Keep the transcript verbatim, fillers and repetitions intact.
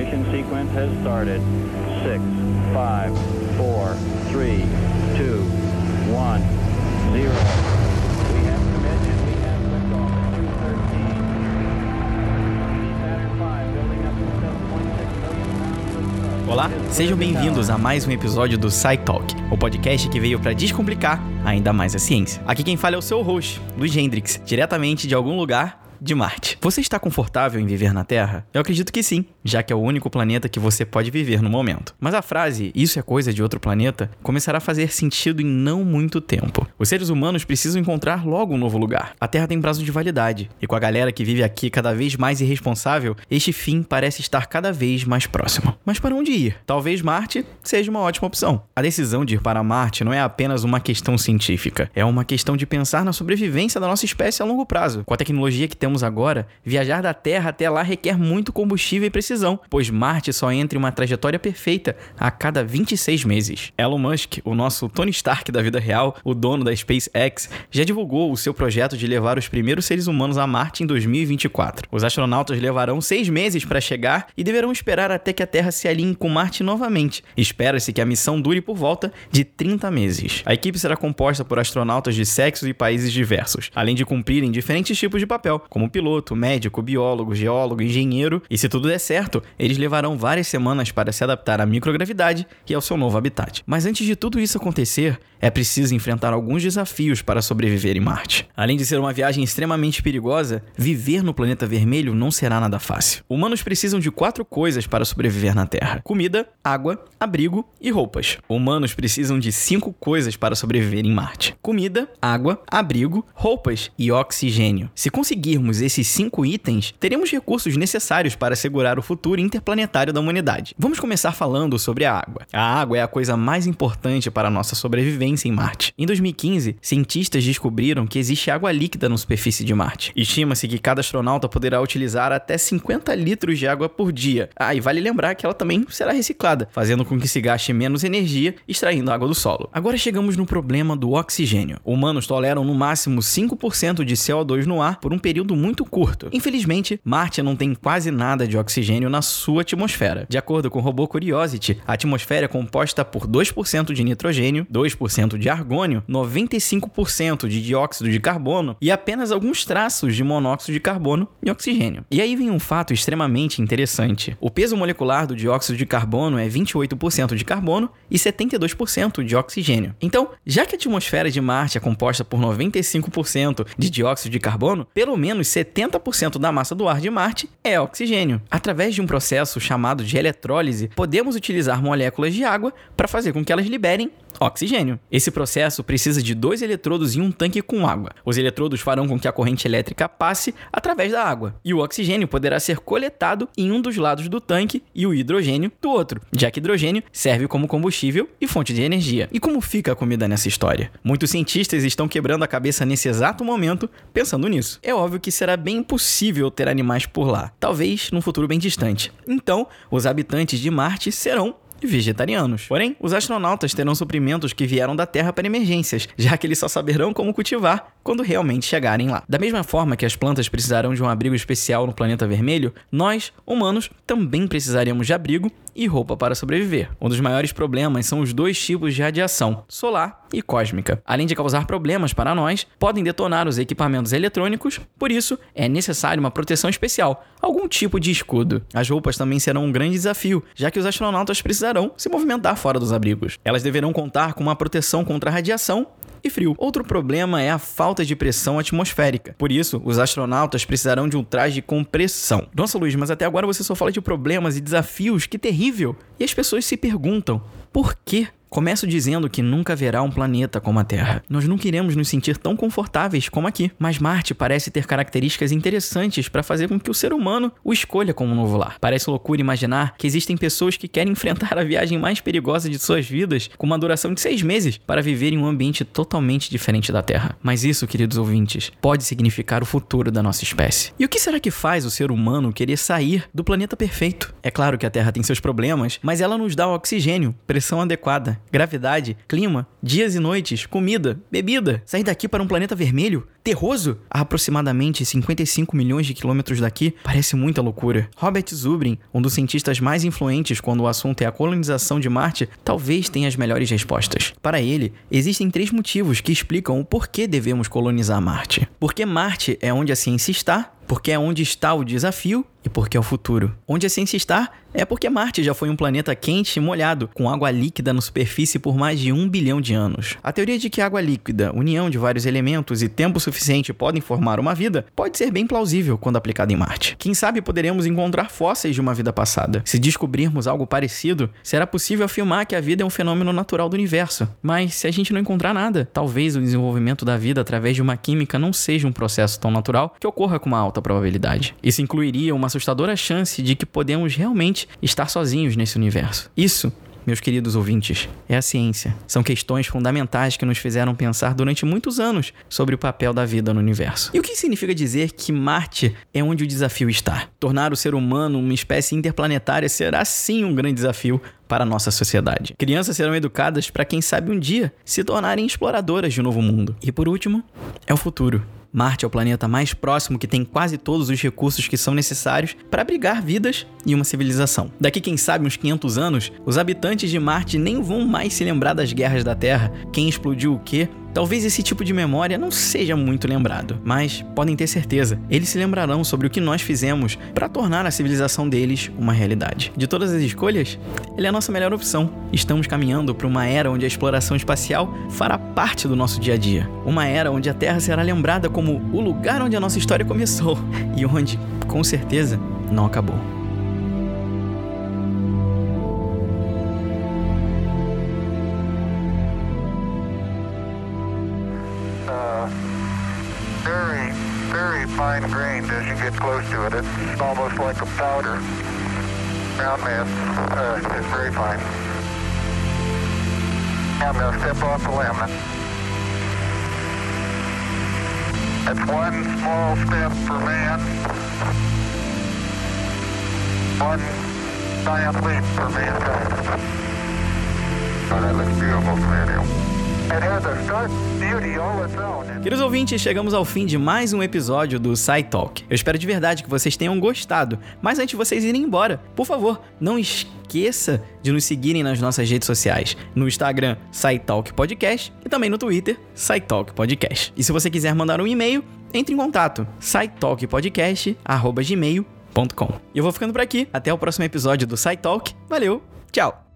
Ignition sequence has started. six, five, four, three, two, one, zero. We have commit and we have liftoff at two thirteen. Saturn five building up to seven point six million pounds of... Olá, sejam bem-vindos a mais um episódio do SciTalk, o podcast que veio para descomplicar ainda mais a ciência. Aqui quem fala é o seu host, Luiz Hendrix, diretamente de algum lugar de Marte. Você está confortável em viver na Terra? Eu acredito que sim, já que é o único planeta que você pode viver no momento. Mas a frase, isso é coisa de outro planeta, começará a fazer sentido em não muito tempo. Os seres humanos precisam encontrar logo um novo lugar. A Terra tem prazo de validade, e com a galera que vive aqui cada vez mais irresponsável, este fim parece estar cada vez mais próximo. Mas para onde ir? Talvez Marte seja uma ótima opção. A decisão de ir para Marte não é apenas uma questão científica, é uma questão de pensar na sobrevivência da nossa espécie a longo prazo. Com a tecnologia que temos agora, viajar da Terra até lá requer muito combustível e precisão, pois Marte só entra em uma trajetória perfeita a cada vinte e seis meses. Elon Musk, o nosso Tony Stark da vida real, o dono da SpaceX, já divulgou o seu projeto de levar os primeiros seres humanos a Marte em dois mil e vinte e quatro. Os astronautas levarão seis meses para chegar e deverão esperar até que a Terra se alinhe com Marte novamente. Espera-se que a missão dure por volta de trinta meses. A equipe será composta por astronautas de sexos e países diversos, além de cumprirem diferentes tipos de papel, como piloto, médico, biólogo, geólogo, engenheiro, e se tudo der certo, eles levarão várias semanas para se adaptar à microgravidade e ao seu novo habitat. Mas antes de tudo isso acontecer, é preciso enfrentar alguns desafios para sobreviver em Marte. Além de ser uma viagem extremamente perigosa, viver no planeta vermelho não será nada fácil. Humanos precisam de quatro coisas para sobreviver na Terra: comida, água, abrigo e roupas. Humanos precisam de cinco coisas para sobreviver em Marte: comida, água, abrigo, roupas e oxigênio. Se conseguirmos esses cinco itens, teremos recursos necessários para assegurar o futuro interplanetário da humanidade. Vamos começar falando sobre a água. A água é a coisa mais importante para a nossa sobrevivência em Marte. Em dois mil e quinze, cientistas descobriram que existe água líquida na superfície de Marte. Estima-se que cada astronauta poderá utilizar até cinquenta litros de água por dia. Ah, e vale lembrar que ela também será reciclada, fazendo com que se gaste menos energia extraindo água do solo. Agora chegamos no problema do oxigênio. Humanos toleram no máximo cinco por cento de C O dois no ar por um período muito curto. Infelizmente, Marte não tem quase nada de oxigênio na sua atmosfera. De acordo com o robô Curiosity, a atmosfera é composta por dois por cento de nitrogênio, dois por cento de argônio, noventa e cinco por cento de dióxido de carbono e apenas alguns traços de monóxido de carbono e oxigênio. E aí vem um fato extremamente interessante. O peso molecular do dióxido de carbono é vinte e oito por cento de carbono e setenta e dois por cento de oxigênio. Então, já que a atmosfera de Marte é composta por noventa e cinco por cento de dióxido de carbono, pelo menos setenta por cento da massa do ar de Marte é oxigênio. Através de um processo chamado de eletrólise, podemos utilizar moléculas de água para fazer com que elas liberem oxigênio. Esse processo precisa de dois eletrodos em um tanque com água. Os eletrodos farão com que a corrente elétrica passe através da água, e o oxigênio poderá ser coletado em um dos lados do tanque e o hidrogênio do outro, já que hidrogênio serve como combustível e fonte de energia. E como fica a comida nessa história? Muitos cientistas estão quebrando a cabeça nesse exato momento pensando nisso. É óbvio que será bem impossível ter animais por lá, talvez num futuro bem distante. Então, os habitantes de Marte serão vegetarianos. Porém, os astronautas terão suprimentos que vieram da Terra para emergências, já que eles só saberão como cultivar quando realmente chegarem lá. Da mesma forma que as plantas precisarão de um abrigo especial no planeta vermelho, nós, humanos, também precisaremos de abrigo e roupa para sobreviver. Um dos maiores problemas são os dois tipos de radiação, solar e cósmica. Além de causar problemas para nós, podem detonar os equipamentos eletrônicos, por isso é necessário uma proteção especial, algum tipo de escudo. As roupas também serão um grande desafio, já que os astronautas precisarão se movimentar fora dos abrigos. Elas deverão contar com uma proteção contra a radiação e frio. Outro problema é a falta de pressão atmosférica. Por isso, os astronautas precisarão de um traje de compressão. Nossa, Luiz, mas até agora você só fala de problemas e desafios, que terrível! E as pessoas se perguntam, por quê? Começo dizendo que nunca haverá um planeta como a Terra. Nós não queremos nos sentir tão confortáveis como aqui. Mas Marte parece ter características interessantes para fazer com que o ser humano o escolha como novo lar. Parece loucura imaginar que existem pessoas que querem enfrentar a viagem mais perigosa de suas vidas com uma duração de seis meses para viver em um ambiente totalmente diferente da Terra. Mas isso, queridos ouvintes, pode significar o futuro da nossa espécie. E o que será que faz o ser humano querer sair do planeta perfeito? É claro que a Terra tem seus problemas, mas ela nos dá oxigênio, pressão adequada, gravidade, clima, dias e noites, comida, bebida. Sair daqui para um planeta vermelho terroso? A aproximadamente cinquenta e cinco milhões de quilômetros daqui parece muita loucura. Robert Zubrin, um dos cientistas mais influentes quando o assunto é a colonização de Marte, talvez tenha as melhores respostas. Para ele, existem três motivos que explicam o porquê devemos colonizar Marte. Porque Marte é onde a ciência está, porque é onde está o desafio e porque é o futuro. Onde a ciência está é porque Marte já foi um planeta quente e molhado, com água líquida na superfície por mais de um bilhão de anos. A teoria de que água líquida, união de vários elementos e tempo suficiente podem formar uma vida, pode ser bem plausível quando aplicada em Marte. Quem sabe poderemos encontrar fósseis de uma vida passada. Se descobrirmos algo parecido, será possível afirmar que a vida é um fenômeno natural do universo. Mas se a gente não encontrar nada, talvez o desenvolvimento da vida através de uma química não seja um processo tão natural que ocorra com uma alta probabilidade. Isso incluiria uma assustadora chance de que podemos realmente estar sozinhos nesse universo. Isso, meus queridos ouvintes, é a ciência. São questões fundamentais que nos fizeram pensar durante muitos anos sobre o papel da vida no universo. E o que significa dizer que Marte é onde o desafio está? Tornar o ser humano uma espécie interplanetária será sim um grande desafio para a nossa sociedade. Crianças serão educadas para, quem sabe, um dia se tornarem exploradoras de um novo mundo. E por último, é o futuro. Marte é o planeta mais próximo que tem quase todos os recursos que são necessários para abrigar vidas e uma civilização. Daqui, quem sabe, uns quinhentos anos, os habitantes de Marte nem vão mais se lembrar das guerras da Terra, quem explodiu o quê. Talvez esse tipo de memória não seja muito lembrado, mas podem ter certeza, eles se lembrarão sobre o que nós fizemos para tornar a civilização deles uma realidade. De todas as escolhas, ele é a nossa melhor opção. Estamos caminhando para uma era onde a exploração espacial fará parte do nosso dia a dia. Uma era onde a Terra será lembrada como o lugar onde a nossa história começou e onde, com certeza, não acabou. Fine grained as you get close to it. It's almost like a powder. Ground mass uh, is very fine. I'm going to step off the limb. That's one small step for man, one giant leap for mankind. Oh, that looks beautiful from here. It has a stark beauty all its own. Queridos ouvintes, chegamos ao fim de mais um episódio do SciTalk. Eu espero de verdade que vocês tenham gostado. Mas antes de vocês irem embora, por favor, não esqueça de nos seguirem nas nossas redes sociais. No Instagram, SciTalk Podcast, e também no Twitter, SciTalk Podcast. E se você quiser mandar um e-mail, entre em contato, scitalkpodcast arroba gmail ponto com. E eu vou ficando por aqui. Até o próximo episódio do SciTalk. Valeu, tchau!